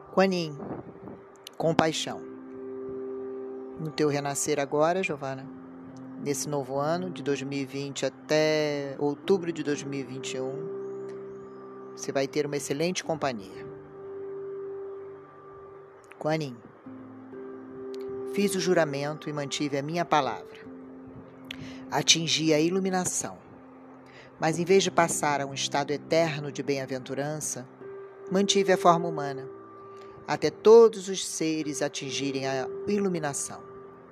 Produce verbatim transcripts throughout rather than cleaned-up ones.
Kuan Yin, compaixão. No teu renascer agora, Giovana, nesse novo ano de dois mil e vinte até outubro de dois mil e vinte e um, você vai ter uma excelente companhia. Kuan Yin, fiz o juramento e mantive a minha palavra. Atingi a iluminação, mas em vez de passar a um estado eterno de bem-aventurança, mantive a forma humana, até todos os seres atingirem a iluminação.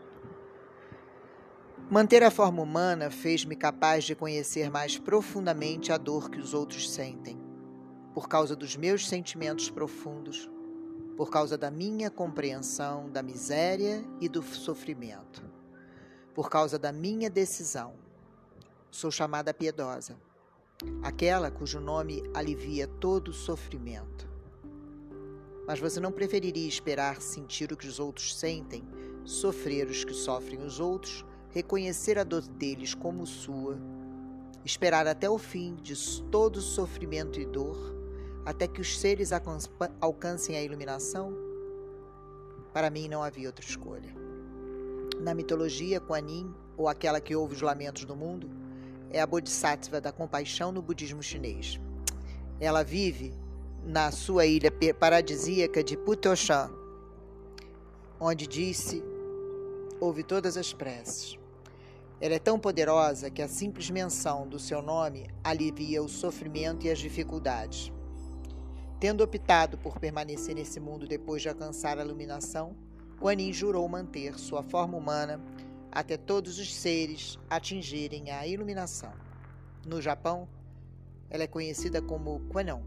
Manter a forma humana fez-me capaz de conhecer mais profundamente a dor que os outros sentem, por causa dos meus sentimentos profundos, por causa da minha compreensão da miséria e do sofrimento, por causa da minha decisão. Sou chamada piedosa, aquela cujo nome alivia todo o sofrimento. Mas você não preferiria esperar sentir o que os outros sentem, sofrer os que sofrem os outros, reconhecer a dor deles como sua, esperar até o fim de todo o sofrimento e dor, até que os seres alcancem a iluminação? Para mim não havia outra escolha. Na mitologia, Kuan Yin, ou aquela que ouve os lamentos do mundo, é a Bodhisattva da compaixão no budismo chinês. Ela vive na sua ilha paradisíaca de Putoshan, onde disse, ouve todas as preces. Ela é tão poderosa que a simples menção do seu nome alivia o sofrimento e as dificuldades. Tendo optado por permanecer nesse mundo depois de alcançar a iluminação, Kuan Yin jurou manter sua forma humana até todos os seres atingirem a iluminação. No Japão, ela é conhecida como Kwanon.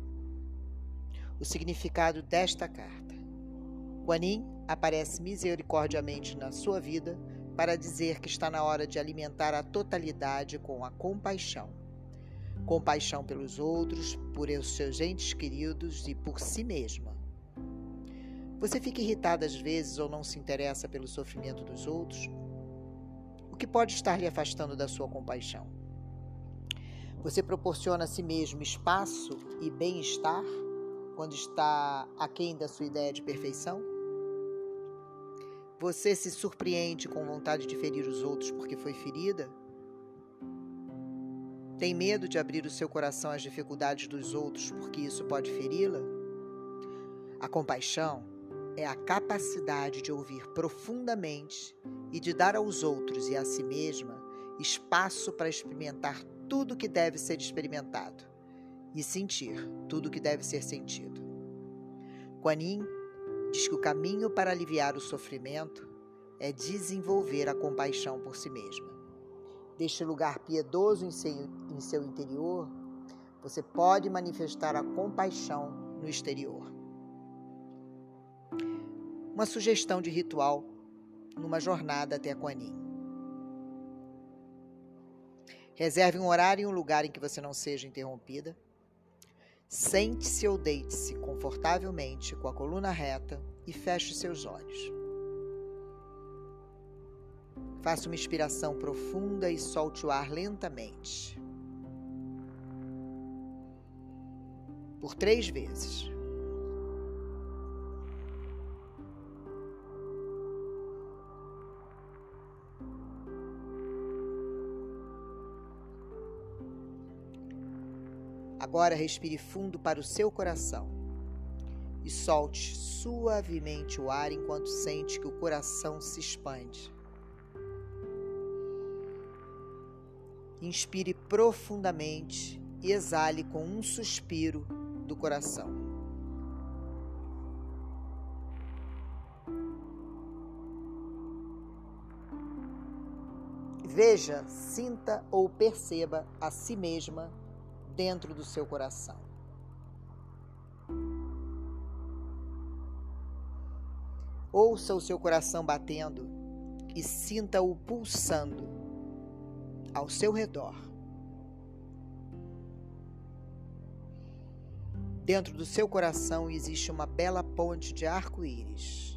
O significado desta carta. Kuan Yin aparece misericordiamente na sua vida para dizer que está na hora de alimentar a totalidade com a compaixão. Compaixão pelos outros, por seus entes queridos e por si mesma. Você fica irritada às vezes ou não se interessa pelo sofrimento dos outros? O que pode estar lhe afastando da sua compaixão? Você proporciona a si mesmo espaço e bem-estar quando está aquém da sua ideia de perfeição? Você se surpreende com vontade de ferir os outros porque foi ferida? Tem medo de abrir o seu coração às dificuldades dos outros porque isso pode feri-la? A compaixão é a capacidade de ouvir profundamente e de dar aos outros e a si mesma espaço para experimentar tudo que deve ser experimentado e sentir tudo que deve ser sentido. Kuan Yin diz que o caminho para aliviar o sofrimento é desenvolver a compaixão por si mesma. Deste lugar piedoso em seu, em seu interior, você pode manifestar a compaixão no exterior. Uma sugestão de ritual numa jornada até Kuan Yin. Reserve um horário e um lugar em que você não seja interrompida. Sente-se ou deite-se confortavelmente com a coluna reta e feche seus olhos. Faça uma inspiração profunda e solte o ar lentamente. Por três vezes. Agora respire fundo para o seu coração e solte suavemente o ar enquanto sente que o coração se expande. Inspire profundamente e exale com um suspiro do coração. Veja, sinta ou perceba a si mesma dentro do seu coração. Ouça o seu coração batendo e sinta-o pulsando ao seu redor. Dentro do seu coração existe uma bela ponte de arco-íris.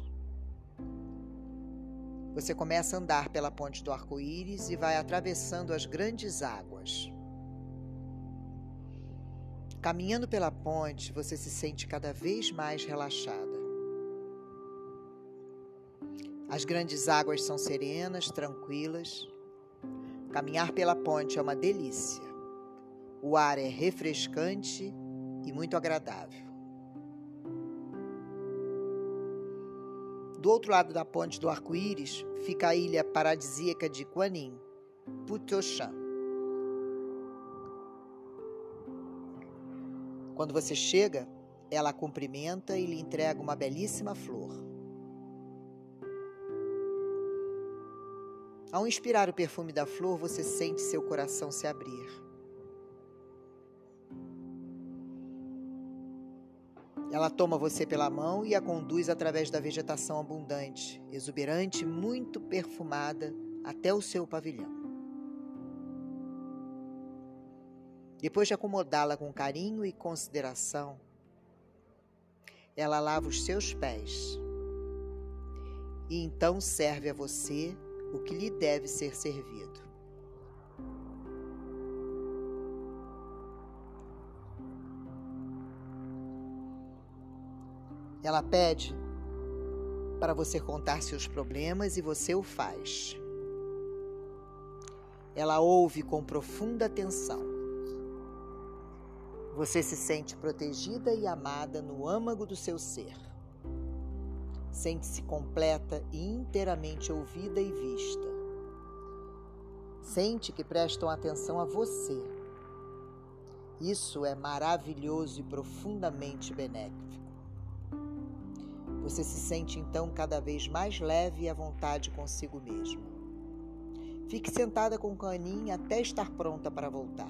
Você começa a andar pela ponte do arco-íris e vai atravessando as grandes águas. Caminhando pela ponte, você se sente cada vez mais relaxada. As grandes águas são serenas, tranquilas. Caminhar pela ponte é uma delícia. O ar é refrescante e muito agradável. Do outro lado da ponte do arco-íris fica a ilha paradisíaca de Guanin, Putoshan. Quando você chega, ela a cumprimenta e lhe entrega uma belíssima flor. Ao inspirar o perfume da flor, você sente seu coração se abrir. Ela toma você pela mão e a conduz através da vegetação abundante, exuberante e muito perfumada até o seu pavilhão. Depois de acomodá-la com carinho e consideração, ela lava os seus pés e então serve a você o que lhe deve ser servido. Ela pede para você contar seus problemas e você o faz. Ela ouve com profunda atenção. Você se sente protegida e amada no âmago do seu ser. Sente-se completa e inteiramente ouvida e vista. Sente que prestam atenção a você. Isso é maravilhoso e profundamente benéfico. Você se sente então cada vez mais leve e à vontade consigo mesmo. Fique sentada com o Guanin até estar pronta para voltar.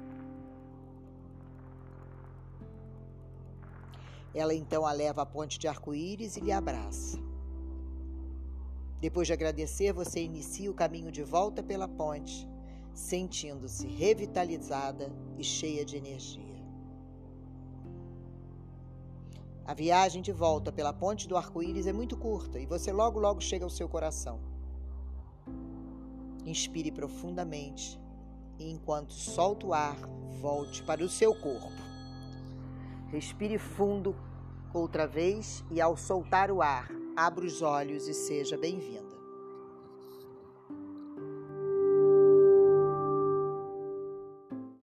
Ela então a leva à ponte de arco-íris e lhe abraça. Depois de agradecer, você inicia o caminho de volta pela ponte, sentindo-se revitalizada e cheia de energia. A viagem de volta pela ponte do arco-íris é muito curta e você logo logo chega ao seu coração. Inspire profundamente e enquanto solta o ar, volte para o seu corpo. Respire fundo outra vez e ao soltar o ar, abra os olhos e seja bem-vindo.